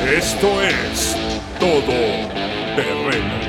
Esto es Todo Terreno.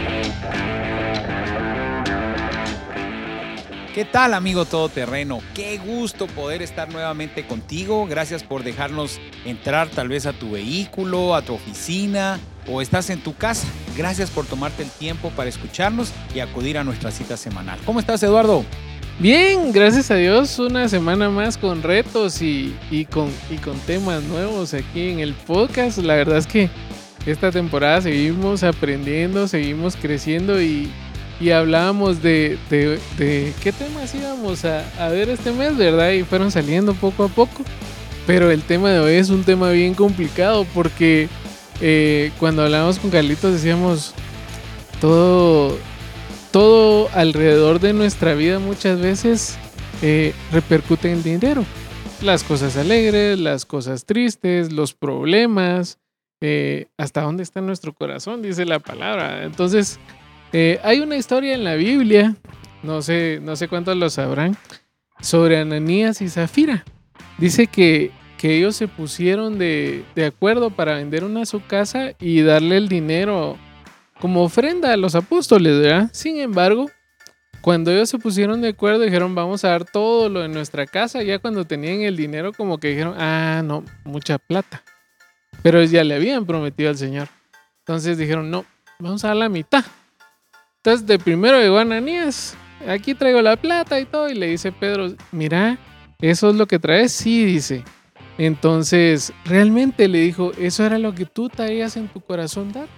¿Qué tal, amigo todoterreno? Qué gusto poder estar nuevamente contigo. Gracias por dejarnos entrar tal vez a tu vehículo, a tu oficina o estás en tu casa. Gracias por tomarte el tiempo para escucharnos y acudir a nuestra cita semanal. ¿Cómo estás, Eduardo? Bien, gracias a Dios, una semana más con retos y con temas nuevos aquí en el podcast. La verdad es que esta temporada seguimos aprendiendo, seguimos creciendo y hablábamos de qué temas íbamos a ver este mes, ¿verdad? Y fueron saliendo poco a poco. Pero el tema de hoy es un tema bien complicado porque cuando hablábamos con Carlitos decíamos todo alrededor de nuestra vida muchas veces repercute en dinero. Las cosas alegres, las cosas tristes, los problemas, hasta dónde está nuestro corazón, dice la palabra. Entonces, hay una historia en la Biblia, no sé cuántos lo sabrán, sobre Ananías y Zafira. Dice que ellos se pusieron de acuerdo para vender su casa y darle el dinero como ofrenda a los apóstoles, ¿verdad? Sin embargo, cuando ellos se pusieron de acuerdo, dijeron, vamos a dar todo lo de nuestra casa. Ya cuando tenían el dinero, como que dijeron, no, mucha plata. Pero ya le habían prometido al Señor. Entonces dijeron, no, vamos a dar la mitad. Entonces de primero llegó Ananías, aquí traigo la plata y todo. Y le dice Pedro, mira, ¿eso es lo que traes? Sí, dice. Entonces, realmente le dijo, ¿eso era lo que tú traías en tu corazón dar?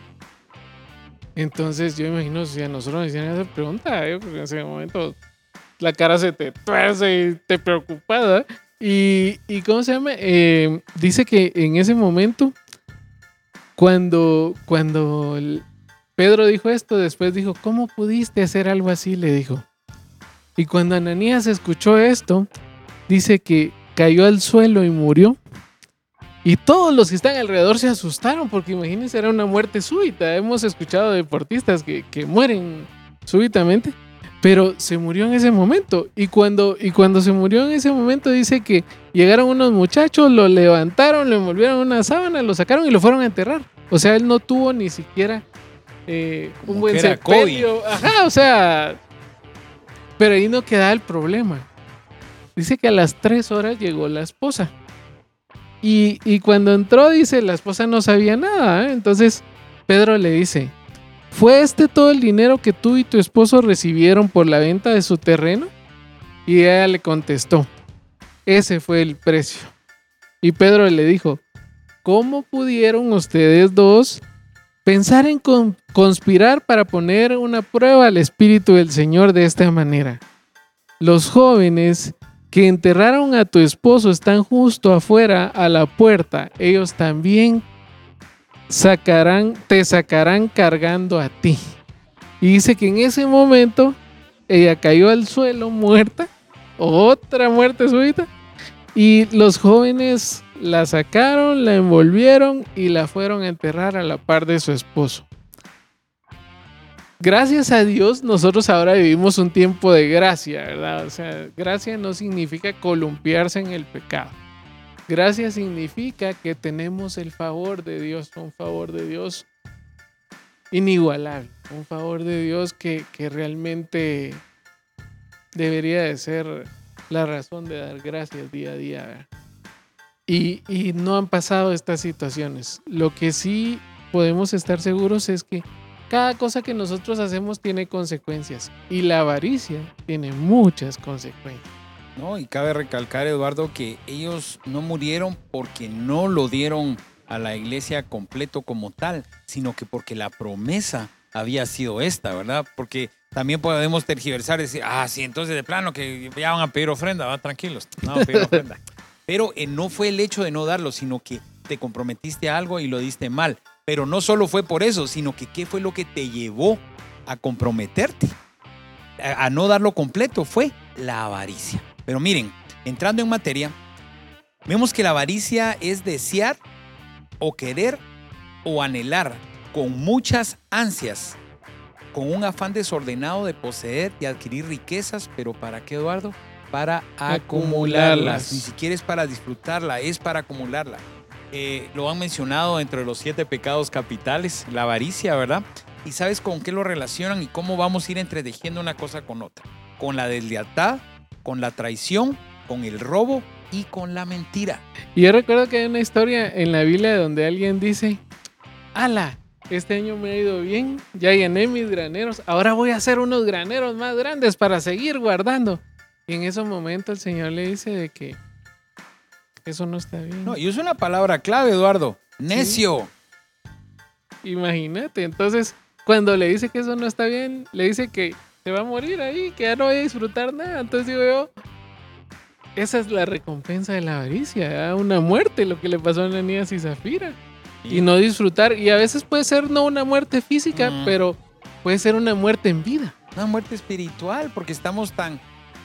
Entonces yo imagino si a nosotros nos hicieran esa pregunta, yo creo que en ese momento la cara se te tuerce y te preocupa, ¿verdad? Y ¿cómo se llama? Dice que en ese momento, cuando Pedro dijo esto, después dijo, ¿cómo pudiste hacer algo así? Le dijo. Y cuando Ananías escuchó esto, dice que cayó al suelo y murió. Y todos los que están alrededor se asustaron porque imagínense, era una muerte súbita. Hemos escuchado de deportistas que mueren súbitamente, pero se murió en ese momento. Y cuando se murió en ese momento, dice que llegaron unos muchachos, lo levantaron, lo envolvieron en una sábana, lo sacaron y lo fueron a enterrar. O sea, él no tuvo ni siquiera un buen sepelio. Ajá, o sea, pero ahí no queda el problema. Dice que a las 3 horas llegó la esposa. Y cuando entró, dice, la esposa no sabía nada, ¿eh? Entonces Pedro le dice, ¿fue todo el dinero que tú y tu esposo recibieron por la venta de su terreno? Y ella le contestó, ese fue el precio. Y Pedro le dijo, ¿cómo pudieron ustedes dos pensar en conspirar para poner una prueba al Espíritu del Señor de esta manera? Los jóvenes que enterraron a tu esposo están justo afuera a la puerta. Ellos también te sacarán cargando a ti. Y dice que en ese momento ella cayó al suelo muerta, otra muerte súbita, y los jóvenes la sacaron, la envolvieron y la fueron a enterrar a la par de su esposo. Gracias a Dios, nosotros ahora vivimos un tiempo de gracia, ¿verdad? O sea, gracia no significa columpiarse en el pecado. Gracia significa que tenemos el favor de Dios, un favor de Dios inigualable, un favor de Dios que realmente debería de ser la razón de dar gracias día a día, ¿verdad? Y no han pasado estas situaciones. Lo que sí podemos estar seguros es que cada cosa que nosotros hacemos tiene consecuencias y la avaricia tiene muchas consecuencias. No, y cabe recalcar, Eduardo, que ellos no murieron porque no lo dieron a la iglesia completo como tal, sino que porque la promesa había sido esta, ¿verdad? Porque también podemos tergiversar y decir, sí, entonces de plano que ya van a pedir ofrenda, va, tranquilos, no van a pedir ofrenda. Pero no fue el hecho de no darlo, sino que te comprometiste a algo y lo diste mal. Pero no solo fue por eso, sino que ¿qué fue lo que te llevó a comprometerte? A no darlo completo, fue la avaricia. Pero miren, entrando en materia, vemos que la avaricia es desear o querer o anhelar con muchas ansias, con un afán desordenado de poseer y adquirir riquezas. ¿Pero para qué, Eduardo? Para acumularlas. Ni siquiera es para disfrutarla, es para acumularla. lo han mencionado dentro de los 7 pecados capitales, la avaricia, ¿verdad? ¿Y sabes con qué lo relacionan y cómo vamos a ir entretejiendo una cosa con otra? Con la deslealtad, con la traición, con el robo y con la mentira. Y yo recuerdo que hay una historia en la Biblia donde alguien dice, ¡ala! Este año me ha ido bien, ya llené mis graneros, ahora voy a hacer unos graneros más grandes para seguir guardando. Y en ese momento el Señor le dice de que eso no está bien. No, y es una palabra clave, Eduardo. Necio. Sí. Imagínate, entonces cuando le dice que eso no está bien, le dice que se va a morir ahí, que ya no va a disfrutar nada. Entonces digo yo, esa es la recompensa de la avaricia, ¿eh? Una muerte, lo que le pasó a Ananías y Zafira. Sí. Y no disfrutar, y a veces puede ser no una muerte física, pero puede ser una muerte en vida. Una muerte espiritual, porque estamos tan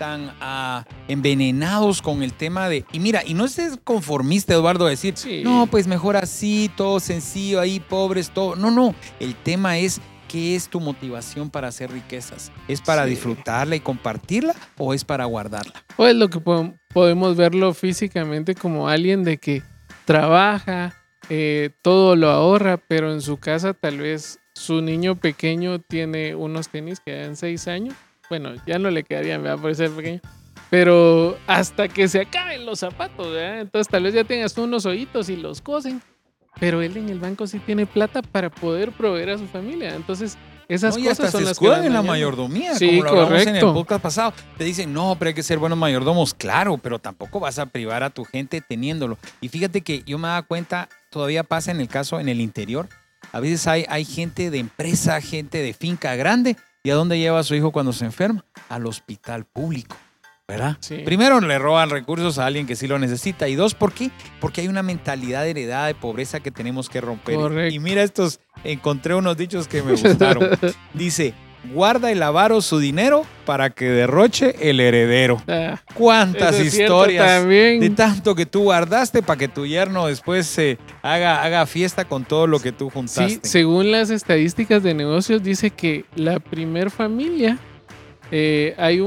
envenenados con el tema de... Y mira, y no estés conformista, Eduardo, a decir, sí, no, pues mejor así, todo sencillo, ahí, pobres, todo. No, el tema es, ¿qué es tu motivación para hacer riquezas? ¿Es para disfrutarla y compartirla o es para guardarla? O es lo que podemos verlo físicamente como alguien de que trabaja, todo lo ahorra, pero en su casa tal vez su niño pequeño tiene unos tenis que dan 6 años. Bueno, ya no le quedarían, ¿verdad? Por ser pequeño. Pero hasta que se acaben los zapatos, ¿verdad? Entonces tal vez ya tengas unos hoyitos y los cosen. Pero él en el banco sí tiene plata para poder proveer a su familia. Entonces esas cosas son las que escudan en la mayordomía, sí, como lo hablamos en el podcast pasado. Te dicen, no, pero hay que ser buenos mayordomos. Claro, pero tampoco vas a privar a tu gente teniéndolo. Y fíjate que yo me daba cuenta, todavía pasa en el caso en el interior. A veces hay gente de empresa, gente de finca grande. ¿Y a dónde lleva a su hijo cuando se enferma? Al hospital público, ¿verdad? Sí. Primero, le roban recursos a alguien que sí lo necesita. Y 2, ¿por qué? Porque hay una mentalidad heredada de pobreza que tenemos que romper. Correcto. Y mira encontré unos dichos que me gustaron. Dice, guarda el avaro su dinero para que derroche el heredero. ¿Cuántas historias de tanto que tú guardaste para que tu yerno después haga fiesta con todo lo que tú juntaste? Sí, según las estadísticas de negocios dice que la primer familia hay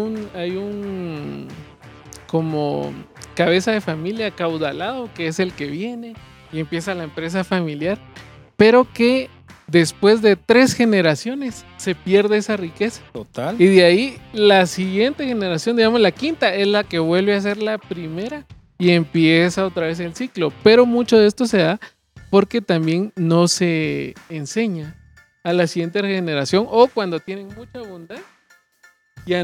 un como cabeza de familia acaudalado que es el que viene y empieza la empresa familiar, pero que después de 3 generaciones se pierde esa riqueza. Total. Y de ahí la siguiente generación, digamos la quinta, es la que vuelve a ser la primera y empieza otra vez el ciclo. Pero mucho de esto se da porque también no se enseña a la siguiente generación, o cuando tienen mucha abundancia ya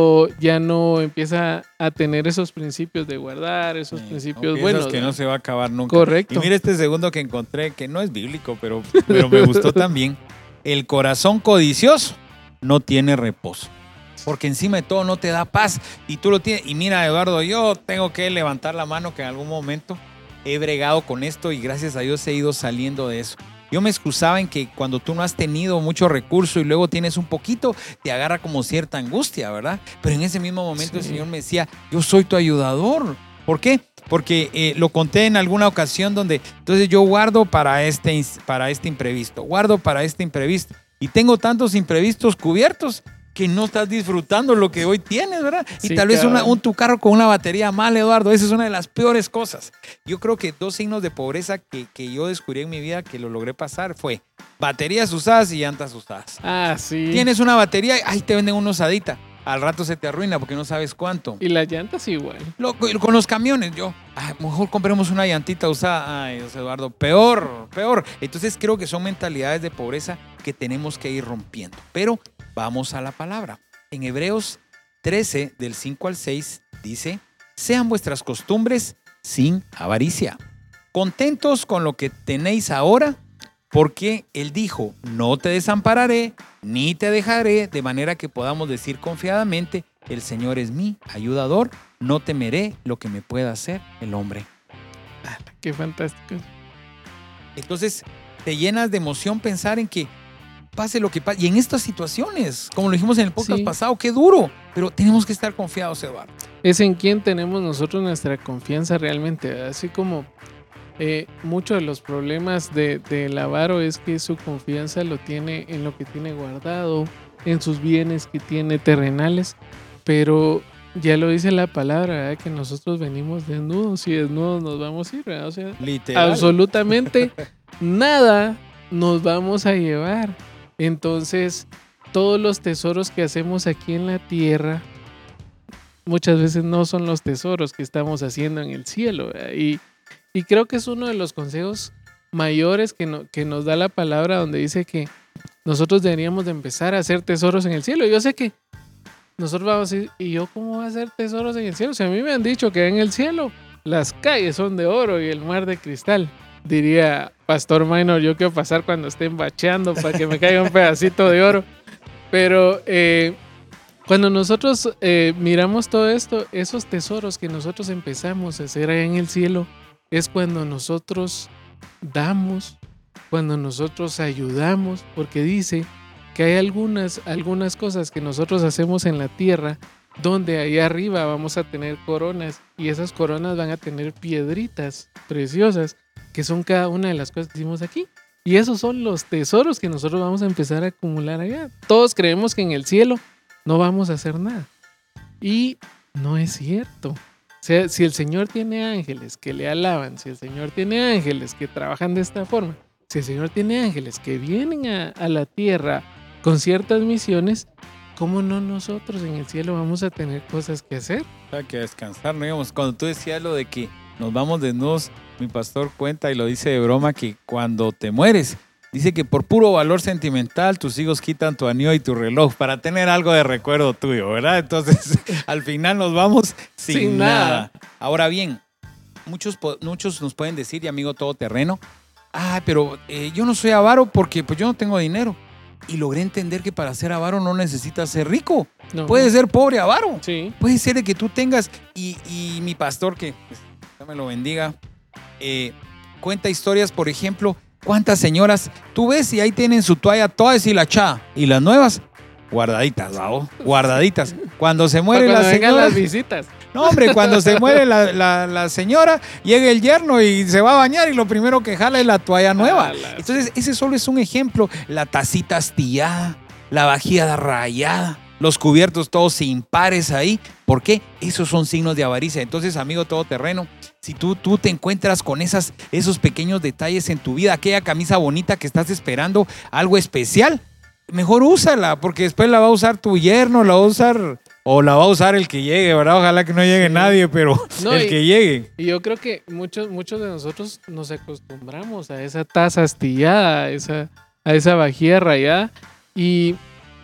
no empieza a tener esos principios de guardar, esos principios buenos. Que no se va a acabar nunca. Correcto. Y mira este segundo que encontré, que no es bíblico, pero me gustó también. El corazón codicioso no tiene reposo, porque encima de todo no te da paz. Y tú lo tienes. Y mira, Eduardo, yo tengo que levantar la mano que en algún momento he bregado con esto y gracias a Dios he ido saliendo de eso. Yo me excusaba en que cuando tú no has tenido mucho recurso y luego tienes un poquito, te agarra como cierta angustia, ¿verdad? Pero en ese mismo momento el Señor me decía, yo soy tu ayudador. ¿Por qué? Porque lo conté en alguna ocasión donde, entonces yo guardo para este imprevisto, guardo para este imprevisto. Y tengo tantos imprevistos cubiertos que no estás disfrutando lo que hoy tienes, ¿verdad? Y sí, tal vez tu carro con una batería mal, Eduardo, esa es una de las peores cosas. Yo creo que 2 signos de pobreza que yo descubrí en mi vida, que lo logré pasar, fue baterías usadas y llantas usadas. Ah, sí. Tienes una batería y ahí te venden una usadita. Al rato se te arruina porque no sabes cuánto. Y las llantas igual. Con los camiones, mejor compremos una llantita usada. Ay, Dios, Eduardo, peor. Entonces creo que son mentalidades de pobreza que tenemos que ir rompiendo. Pero vamos a la palabra. En Hebreos 13, del 5 al 6, dice, sean vuestras costumbres sin avaricia, contentos con lo que tenéis ahora, porque Él dijo, no te desampararé, ni te dejaré, de manera que podamos decir confiadamente, el Señor es mi ayudador, no temeré lo que me pueda hacer el hombre. Qué fantástico. Entonces, te llenas de emoción pensar en que pase lo que pase. Y en estas situaciones, como lo dijimos en el podcast pasado, qué duro, pero tenemos que estar confiados, Eduardo. Es en quien tenemos nosotros nuestra confianza realmente, ¿verdad? Así como muchos de los problemas del avaro es que su confianza lo tiene en lo que tiene guardado, en sus bienes que tiene terrenales, pero ya lo dice la palabra, ¿verdad? Que nosotros venimos desnudos y desnudos nos vamos a ir, ¿verdad? O sea, Literal. absolutamente nada nos vamos a llevar. Entonces, todos los tesoros que hacemos aquí en la tierra muchas veces no son los tesoros que estamos haciendo en el cielo, ¿verdad? Y creo que es uno de los consejos mayores que nos da la palabra, donde dice que nosotros deberíamos de empezar a hacer tesoros en el cielo. Yo sé que nosotros vamos a decir, ¿y yo cómo voy a hacer tesoros en el cielo? Si a mí me han dicho que en el cielo las calles son de oro y el mar de cristal. Diría Pastor Minor, yo quiero pasar cuando estén bacheando para que me caiga un pedacito de oro. Pero cuando nosotros miramos todo esto, esos tesoros que nosotros empezamos a hacer allá en el cielo, es cuando nosotros damos, cuando nosotros ayudamos, porque dice que hay algunas cosas que nosotros hacemos en la tierra donde allá arriba vamos a tener coronas, y esas coronas van a tener piedritas preciosas que son cada una de las cosas que hicimos aquí. Y esos son los tesoros que nosotros vamos a empezar a acumular allá. Todos creemos que en el cielo no vamos a hacer nada. Y no es cierto. O sea, si el Señor tiene ángeles que le alaban, si el Señor tiene ángeles que trabajan de esta forma, si el Señor tiene ángeles que vienen a la tierra con ciertas misiones, ¿cómo no nosotros en el cielo vamos a tener cosas que hacer? O sea, que descansar, ¿no? Digamos, cuando tú decías lo de que nos vamos desnudos, mi pastor cuenta y lo dice de broma que cuando te mueres, dice que por puro valor sentimental tus hijos quitan tu anillo y tu reloj para tener algo de recuerdo tuyo, ¿verdad? Entonces, al final nos vamos sin nada. Ahora bien, muchos nos pueden decir, y amigo todoterreno, pero yo no soy avaro porque pues yo no tengo dinero. Y logré entender que para ser avaro no necesitas ser rico. No. Puedes ser pobre avaro. Sí. Puede ser de que tú tengas, y mi pastor, que pues, Dios me lo bendiga, cuenta historias, por ejemplo, cuántas señoras tú ves y ahí tienen su toalla toda deshilachada y las nuevas guardaditas, ¿no? Guardaditas. Cuando se muere la señora, las visitas. no, hombre, cuando se muere la señora, llega el yerno y se va a bañar y lo primero que jala es la toalla nueva. Entonces, ese solo es un ejemplo. La tacita astillada, la vajilla rayada, los cubiertos todos impares ahí. ¿Por qué? Esos son signos de avaricia. Entonces, amigo todoterreno, si tú te encuentras con esos pequeños detalles en tu vida, aquella camisa bonita que estás esperando, algo especial, mejor úsala, porque después la va a usar tu yerno, la va a usar... O la va a usar el que llegue, ¿verdad? Ojalá que no llegue nadie, pero que llegue. Y yo creo que muchos de nosotros nos acostumbramos a esa taza astillada, a esa vajilla rayada. Y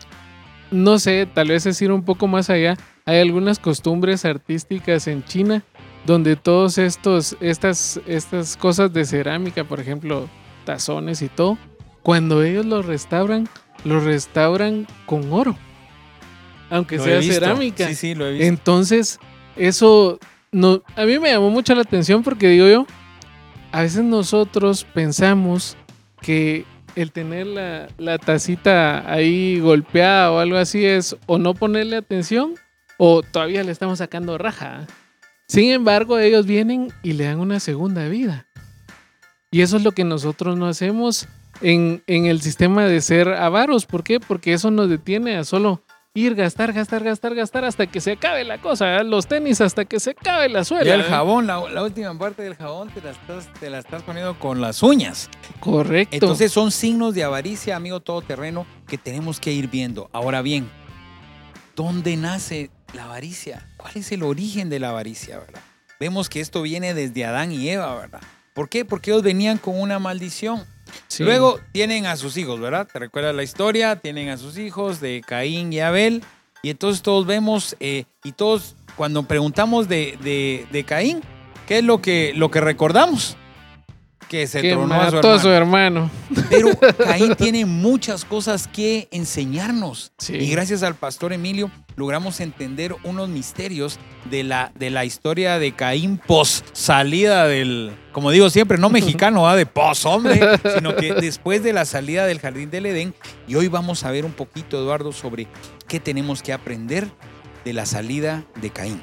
no sé, tal vez es ir un poco más allá. Hay algunas costumbres artísticas en China donde todos estas cosas de cerámica, por ejemplo, tazones y todo, cuando ellos los restauran con oro. Aunque sea cerámica. Sí, lo he visto. Entonces, eso a mí me llamó mucho la atención porque digo yo, a veces nosotros pensamos que el tener la tacita ahí golpeada o algo así es o no ponerle atención o todavía le estamos sacando raja. Sin embargo, ellos vienen y le dan una segunda vida. Y eso es lo que nosotros no hacemos en el sistema de ser avaros. ¿Por qué? Porque eso nos detiene a solo ir gastar hasta que se acabe la cosa, los tenis hasta que se acabe la suela. Y el jabón, la última parte del jabón te la estás poniendo con las uñas. Correcto. Entonces son signos de avaricia, amigo todoterreno, que tenemos que ir viendo. Ahora bien, ¿dónde nace la avaricia? ¿Cuál es el origen de la avaricia, verdad? Vemos que esto viene desde Adán y Eva, ¿verdad? ¿Por qué? Porque ellos venían con una maldición. Sí. Luego tienen a sus hijos, ¿verdad? ¿Te recuerdas la historia? Tienen a sus hijos de Caín y Abel. Y entonces todos vemos, y todos cuando preguntamos de Caín, ¿qué es lo que recordamos? Que se tronó a su hermano. Pero Caín tiene muchas cosas que enseñarnos. Sí. Y gracias al pastor Emilio logramos entender unos misterios de la historia de Caín post salida del, como digo siempre, no mexicano, de post hombre, sino que después de la salida del jardín del Edén. Y hoy vamos a ver un poquito, Eduardo, sobre qué tenemos que aprender de la salida de Caín.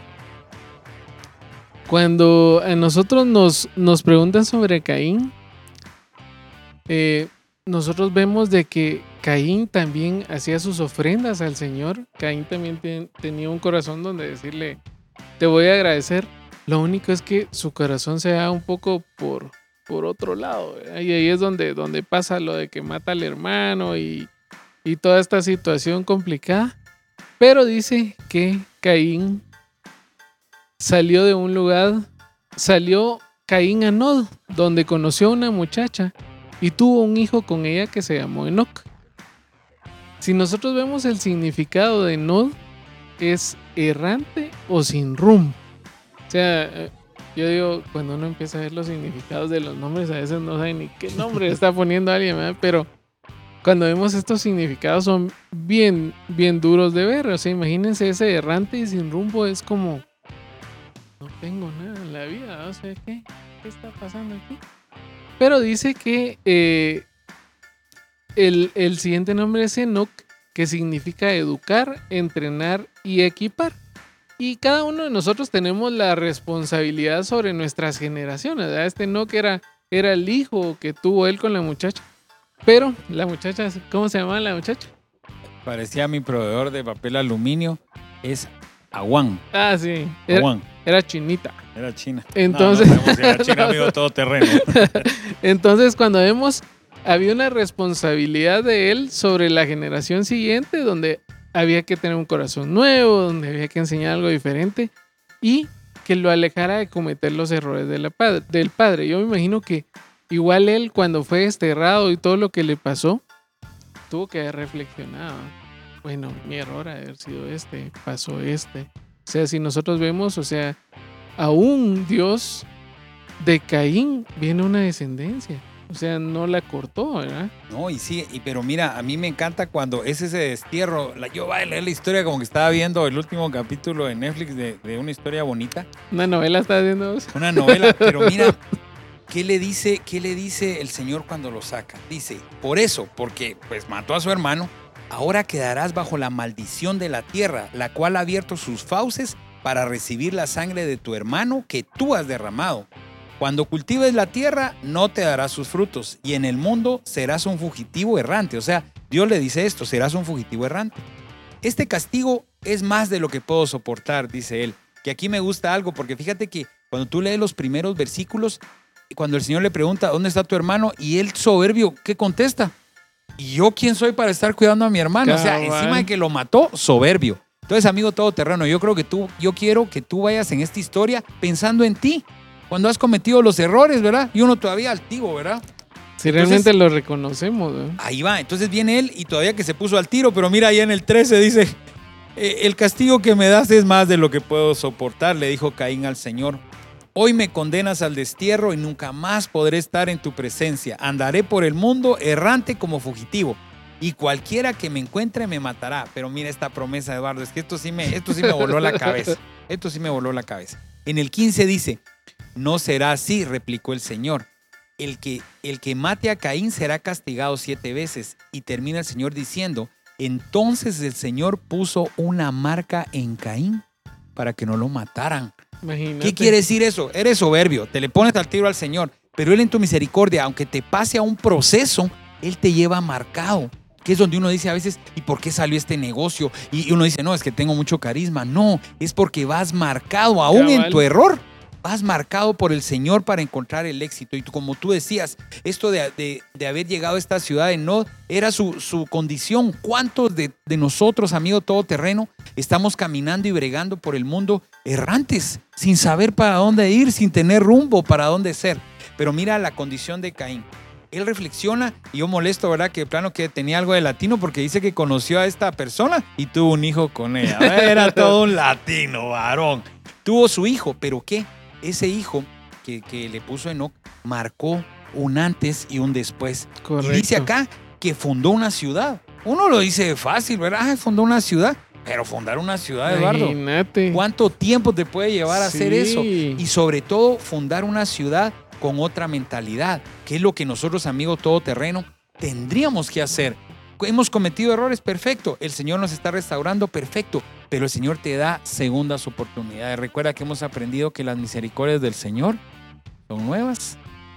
Cuando a nosotros nos preguntan sobre Caín, nosotros vemos de que Caín también hacía sus ofrendas al Señor. Caín también tenía un corazón donde decirle, te voy a agradecer. Lo único es que su corazón se va un poco por otro lado, ¿verdad? Y ahí es donde pasa lo de que mata al hermano y toda esta situación complicada. Pero dice que Caín salió de un lugar, salió Caín a Nod, donde conoció a una muchacha y tuvo un hijo con ella que se llamó Enoc. Si nosotros vemos el significado de Nod, es errante o sin rumbo. O sea, yo digo, cuando uno empieza a ver los significados de los nombres, a veces no sabe ni qué nombre está poniendo alguien, ¿verdad? Pero cuando vemos estos significados son bien, bien duros de ver. O sea, imagínense ese errante y sin rumbo, es como, no tengo nada en la vida, o sea, ¿qué está pasando aquí? Pero dice que el siguiente nombre es Enoc, que significa educar, entrenar y equipar. Y cada uno de nosotros tenemos la responsabilidad sobre nuestras generaciones, ¿verdad? Este Enoc era el hijo que tuvo él con la muchacha. Pero la muchacha, ¿cómo se llamaba la muchacha? Parecía mi proveedor de papel aluminio. Es Aguán. Ah, sí. Aguán. Era chinita. Era china. Entonces, No sabemos si era china, amigo, todo terreno. entonces cuando vemos, había una responsabilidad de él sobre la generación siguiente, donde había que tener un corazón nuevo, donde había que enseñar algo diferente y que lo alejara de cometer los errores del padre. Yo me imagino que igual él, cuando fue desterrado y todo lo que le pasó, tuvo que haber reflexionado. Bueno, mi error ha haber sido pasó este. O sea, si nosotros vemos, o sea, aún Dios de Caín viene una descendencia. O sea, no la cortó, ¿verdad? No, y sí, pero mira, a mí me encanta cuando es ese destierro. Yo voy a leer la historia como que estaba viendo el último capítulo de Netflix de una historia bonita. Una novela está haciendo. Una novela, pero mira, ¿qué le dice el Señor cuando lo saca? Dice, por eso, porque pues mató a su hermano, ahora quedarás bajo la maldición de la tierra, la cual ha abierto sus fauces para recibir la sangre de tu hermano que tú has derramado. Cuando cultives la tierra, no te dará sus frutos, y en el mundo serás un fugitivo errante. O sea, Dios le dice esto, serás un fugitivo errante. Este castigo es más de lo que puedo soportar, dice él. Que aquí me gusta algo, porque fíjate que cuando tú lees los primeros versículos, cuando el Señor le pregunta, ¿dónde está tu hermano? Y él soberbio, ¿qué contesta? ¿Y yo quién soy para estar cuidando a mi hermano? O sea, encima de que lo mató, soberbio. Entonces, amigo todoterreno, yo quiero que tú vayas en esta historia pensando en ti. Cuando has cometido los errores, ¿verdad? Y uno todavía altivo, ¿verdad? Si realmente lo reconocemos, ¿no? Ahí va. Entonces viene él y todavía que se puso al tiro, pero mira, ahí en el 13 dice, el castigo que me das es más de lo que puedo soportar, le dijo Caín al Señor. Hoy me condenas al destierro y nunca más podré estar en tu presencia. Andaré por el mundo errante como fugitivo. Y cualquiera que me encuentre me matará. Pero mira esta promesa, Eduardo, es que esto sí me voló la cabeza. Esto sí me voló la cabeza. En el 15 dice, no será así, replicó el Señor. El que mate a Caín será castigado 7 veces. Y termina el Señor diciendo, entonces el Señor puso una marca en Caín para que no lo mataran. Imagínate. ¿Qué quiere decir eso? Eres soberbio, te le pones al tiro al Señor, pero Él en tu misericordia, aunque te pase a un proceso, Él te lleva marcado. Que es donde uno dice a veces, ¿y por qué salió este negocio? Y uno dice, no, es que tengo mucho carisma. No, es porque vas marcado, aún en tu error, vas marcado por el Señor para encontrar el éxito. Y como tú decías, esto de haber llegado a esta ciudad de Nod era su condición. ¿Cuántos de nosotros, amigo todoterreno, estamos caminando y bregando por el mundo errantes, sin saber para dónde ir, sin tener rumbo para dónde ser? Pero mira la condición de Caín. Él reflexiona, y yo molesto, ¿verdad? Que de plano que tenía algo de latino, porque dice que conoció a esta persona y tuvo un hijo con ella. Era todo un latino, varón. Tuvo su hijo, pero ¿qué? Ese hijo que le puso Enoc marcó un antes y un después. Correcto. Y dice acá que fundó una ciudad. Uno lo dice fácil, ¿verdad? Fundó una ciudad. Pero fundar una ciudad, Eduardo, imagínate. ¿Cuánto tiempo te puede llevar a hacer eso? Y sobre todo, fundar una ciudad con otra mentalidad, que es lo que nosotros, amigos todoterreno, tendríamos que hacer. Hemos cometido errores, perfecto. El Señor nos está restaurando, perfecto. Pero el Señor te da segundas oportunidades. Recuerda que hemos aprendido que las misericordias del Señor son nuevas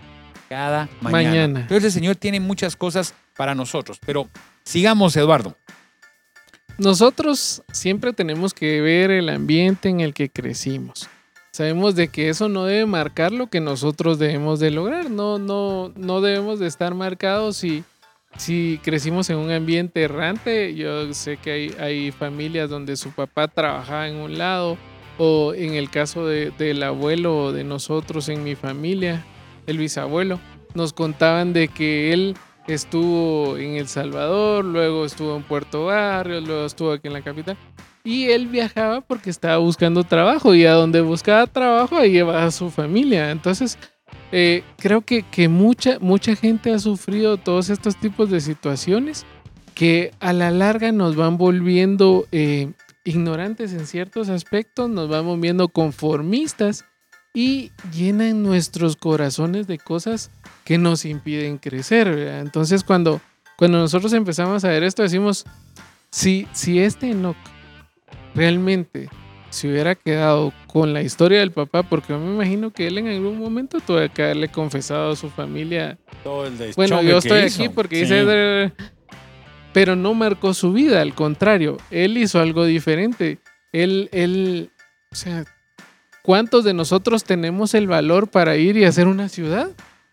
cada mañana. Entonces el Señor tiene muchas cosas para nosotros. Pero sigamos, Eduardo. Nosotros siempre tenemos que ver el ambiente en el que crecimos. Sabemos de que eso no debe marcar lo que nosotros debemos de lograr. No debemos de estar marcados si crecimos en un ambiente errante. Yo sé que hay familias donde su papá trabajaba en un lado, o en el caso del abuelo de nosotros en mi familia, el bisabuelo, nos contaban de que él estuvo en El Salvador, luego estuvo en Puerto Barrios, luego estuvo aquí en la capital. Y él viajaba porque estaba buscando trabajo, y a donde buscaba trabajo ahí llevaba a su familia. Entonces, creo que mucha gente ha sufrido todos estos tipos de situaciones que a la larga nos van volviendo ignorantes en ciertos aspectos, nos van volviendo conformistas y llenan nuestros corazones de cosas que nos impiden crecer, ¿verdad? Entonces, cuando nosotros empezamos a ver esto, decimos, si Enoc realmente se hubiera quedado con la historia del papá, porque yo me imagino que él en algún momento tuvo que haberle confesado a su familia, todo el bueno, yo estoy aquí porque sí. dice, pero no marcó su vida, al contrario, él hizo algo diferente. Él, o sea, ¿cuántos de nosotros tenemos el valor para ir y hacer una ciudad?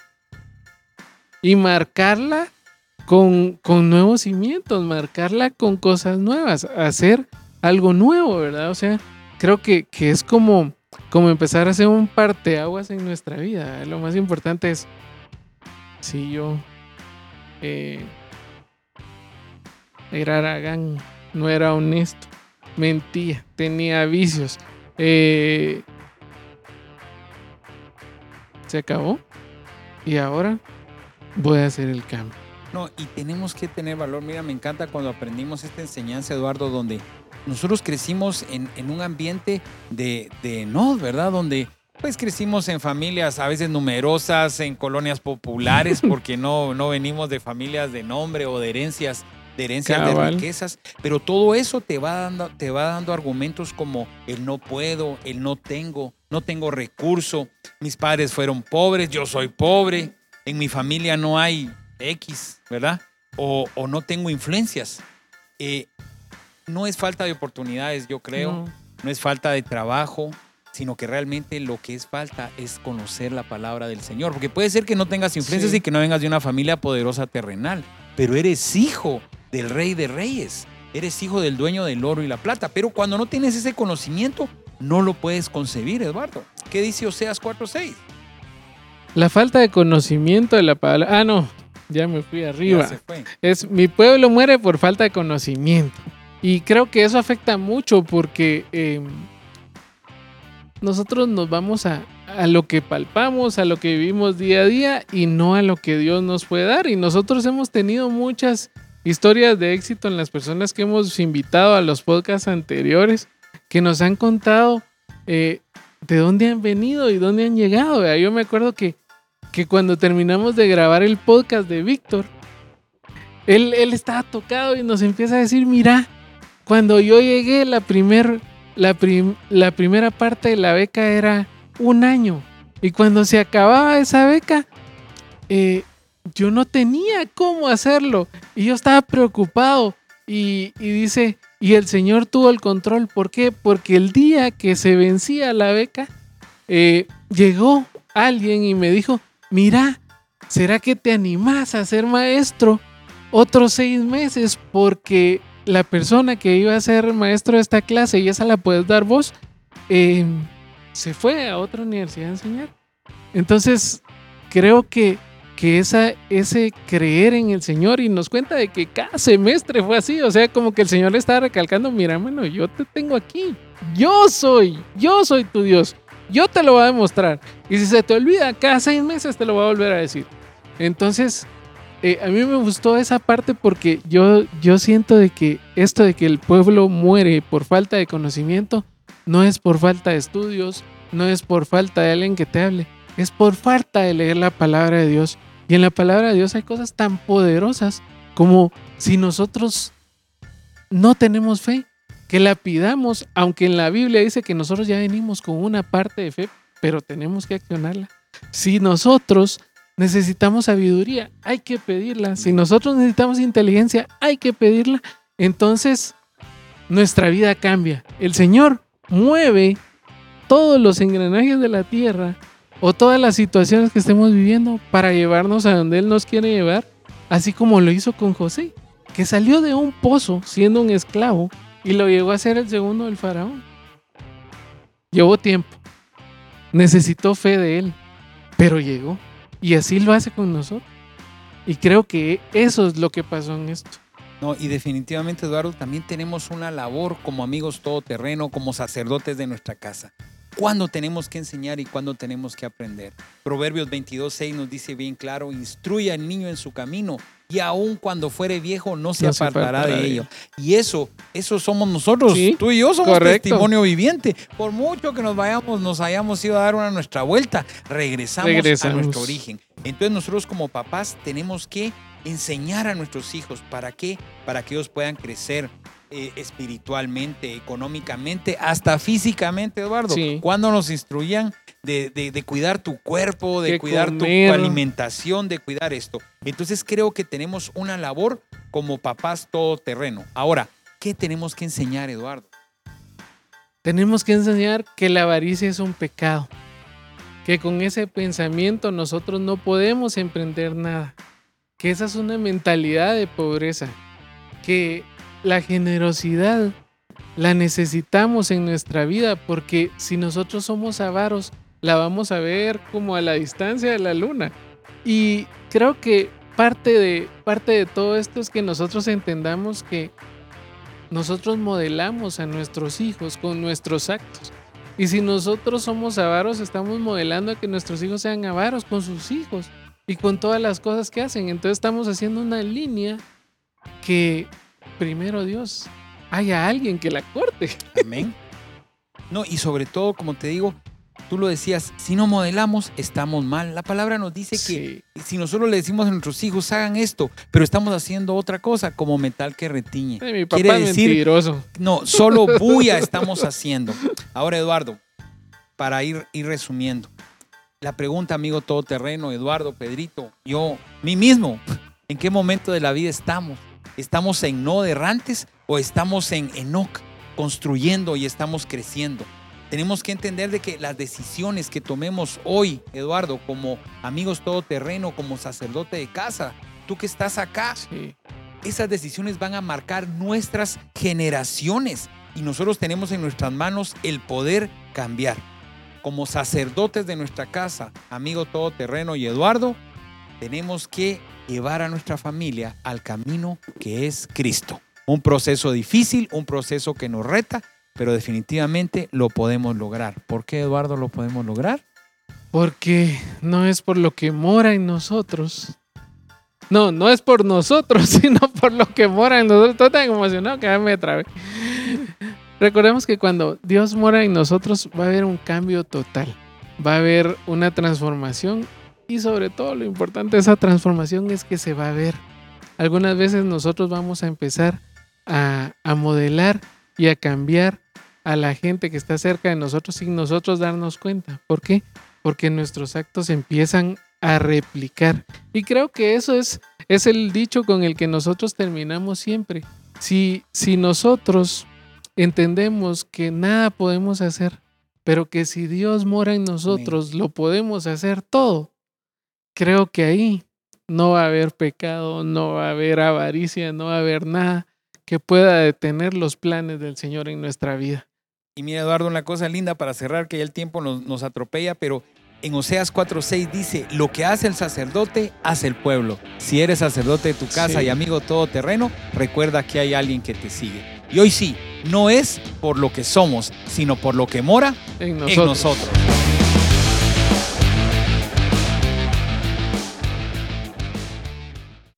Y marcarla con nuevos cimientos, marcarla con cosas nuevas, hacer algo nuevo, ¿verdad? O sea, creo que es como empezar a hacer un parteaguas en nuestra vida. Lo más importante es, si yo era aragán, no era honesto, mentía, tenía vicios, se acabó y ahora voy a hacer el cambio. No, y tenemos que tener valor. Mira, me encanta cuando aprendimos esta enseñanza, Eduardo, donde nosotros crecimos en un ambiente de no, ¿verdad? Donde pues crecimos en familias a veces numerosas, en colonias populares, porque no venimos de familias de nombre o de herencias de riquezas, pero todo eso te va dando argumentos como el no puedo, el no tengo recurso, mis padres fueron pobres, yo soy pobre, en mi familia no hay X, ¿verdad? O no tengo influencias. No es falta de oportunidades, yo creo, no es falta de trabajo, sino que realmente lo que es falta es conocer la palabra del Señor, porque puede ser que no tengas influencias y que no vengas de una familia poderosa terrenal, pero eres hijo del Rey de Reyes, eres hijo del dueño del oro y la plata, pero cuando no tienes ese conocimiento, no lo puedes concebir, Eduardo. ¿Qué dice Oseas 4:6? La falta de conocimiento de la palabra... no, ya me fui arriba. Ya se fue. Es mi pueblo muere por falta de conocimiento. Y creo que eso afecta mucho porque nosotros nos vamos a lo que palpamos, a lo que vivimos día a día y no a lo que Dios nos puede dar. Y nosotros hemos tenido muchas historias de éxito en las personas que hemos invitado a los podcasts anteriores, que nos han contado de dónde han venido y dónde han llegado. ¿Verdad? Yo me acuerdo que cuando terminamos de grabar el podcast de Víctor, él estaba tocado y nos empieza a decir, mira, cuando yo llegué la primera parte de la beca era 1 año, y cuando se acababa esa beca yo no tenía cómo hacerlo y yo estaba preocupado y dice, y el Señor tuvo el control. ¿Por qué? Porque el día que se vencía la beca llegó alguien y me dijo, mira, ¿será que te animás a ser maestro otros 6 meses? Porque la persona que iba a ser maestro de esta clase, y esa la puedes dar vos, se fue a otra universidad a enseñar. Entonces creo que ese creer en el Señor, y nos cuenta de que cada semestre fue así, o sea, como que el Señor le estaba recalcando, mira, mano, yo te tengo aquí, yo soy tu Dios, yo te lo voy a demostrar, y si se te olvida, cada 6 meses te lo voy a volver a decir. Entonces a mí me gustó esa parte porque yo siento de que esto de que el pueblo muere por falta de conocimiento no es por falta de estudios, no es por falta de alguien que te hable, es por falta de leer la palabra de Dios. Y en la palabra de Dios hay cosas tan poderosas como si nosotros no tenemos fe, que la pidamos, aunque en la Biblia dice que nosotros ya venimos con una parte de fe, pero tenemos que accionarla. Si nosotros necesitamos sabiduría, hay que pedirla. Si nosotros necesitamos inteligencia, hay que pedirla. Entonces, nuestra vida cambia. El Señor mueve todos los engranajes de la tierra o todas las situaciones que estemos viviendo para llevarnos a donde Él nos quiere llevar, así como lo hizo con José, que salió de un pozo siendo un esclavo y lo llegó a ser el segundo del faraón. Llevó tiempo, necesitó fe de Él, pero llegó. Y así lo hace con nosotros. Y creo que eso es lo que pasó en esto. No, y definitivamente, Eduardo, también tenemos una labor como amigos todoterreno, como sacerdotes de nuestra casa. ¿Cuándo tenemos que enseñar y cuándo tenemos que aprender? Proverbios 22:6 nos dice bien claro: instruye al niño en su camino y aun cuando fuere viejo no se apartará de ello. Y eso somos nosotros, ¿sí? Tú y yo somos testimonio viviente. Por mucho que nos hayamos ido a dar nuestra vuelta, regresamos a nuestro origen. Entonces nosotros como papás tenemos que enseñar a nuestros hijos. ¿Para qué? Para que ellos puedan crecer espiritualmente, económicamente, hasta físicamente, Eduardo. Sí. Cuando nos instruían de cuidar tu cuerpo, de cuidar tu alimentación, de cuidar esto. Entonces creo que tenemos una labor como papás todoterreno. Ahora, ¿qué tenemos que enseñar, Eduardo? Tenemos que enseñar que la avaricia es un pecado, que con ese pensamiento nosotros no podemos emprender nada, que esa es una mentalidad de pobreza, que la generosidad la necesitamos en nuestra vida, porque si nosotros somos avaros, la vamos a ver como a la distancia de la luna. Y creo que parte de todo esto es que nosotros entendamos que nosotros modelamos a nuestros hijos con nuestros actos. Y si nosotros somos avaros, estamos modelando a que nuestros hijos sean avaros con sus hijos y con todas las cosas que hacen. Entonces estamos haciendo una línea que primero Dios haya alguien que la corte. Amén. No, y sobre todo, como te digo, tú lo decías, si no modelamos, estamos mal. La palabra nos dice que si nosotros le decimos a nuestros hijos, hagan esto, pero estamos haciendo otra cosa, como metal que retiñe. Mi papá es mentiroso. No, solo bulla estamos haciendo. Ahora, Eduardo, para ir resumiendo, la pregunta, amigo todoterreno, Eduardo, Pedrito, yo, mí mismo, ¿en qué momento de la vida estamos? ¿Estamos en Noé errantes o estamos en Enoc construyendo y estamos creciendo? Tenemos que entender de que las decisiones que tomemos hoy, Eduardo, como amigos todoterreno, como sacerdote de casa, tú que estás acá, esas decisiones van a marcar nuestras generaciones y nosotros tenemos en nuestras manos el poder cambiar. Como sacerdotes de nuestra casa, amigo todoterreno y Eduardo, tenemos que llevar a nuestra familia al camino que es Cristo. Un proceso difícil, un proceso que nos reta, pero definitivamente lo podemos lograr. ¿Por qué, Eduardo, lo podemos lograr? Porque no es por lo que mora en nosotros. No es por nosotros, sino por lo que mora en nosotros. Estoy tan emocionado que ya me trabé. Recordemos que cuando Dios mora en nosotros va a haber un cambio total. Va a haber una transformación. Y sobre todo lo importante de esa transformación es que se va a ver. Algunas veces nosotros vamos a empezar a modelar y a cambiar a la gente que está cerca de nosotros sin nosotros darnos cuenta. ¿Por qué? Porque nuestros actos empiezan a replicar. Y creo que eso es el dicho con el que nosotros terminamos siempre. Si nosotros entendemos que nada podemos hacer, pero que si Dios mora en nosotros, lo podemos hacer todo, creo que ahí no va a haber pecado, no va a haber avaricia, no va a haber nada que pueda detener los planes del Señor en nuestra vida. Y mira, Eduardo, una cosa linda para cerrar, que ya el tiempo nos atropella, pero en Oseas 4:6 dice: lo que hace el sacerdote, hace el pueblo. Si eres sacerdote de tu casa y amigo todoterreno, recuerda que hay alguien que te sigue. Y hoy sí, no es por lo que somos, sino por lo que mora en nosotros.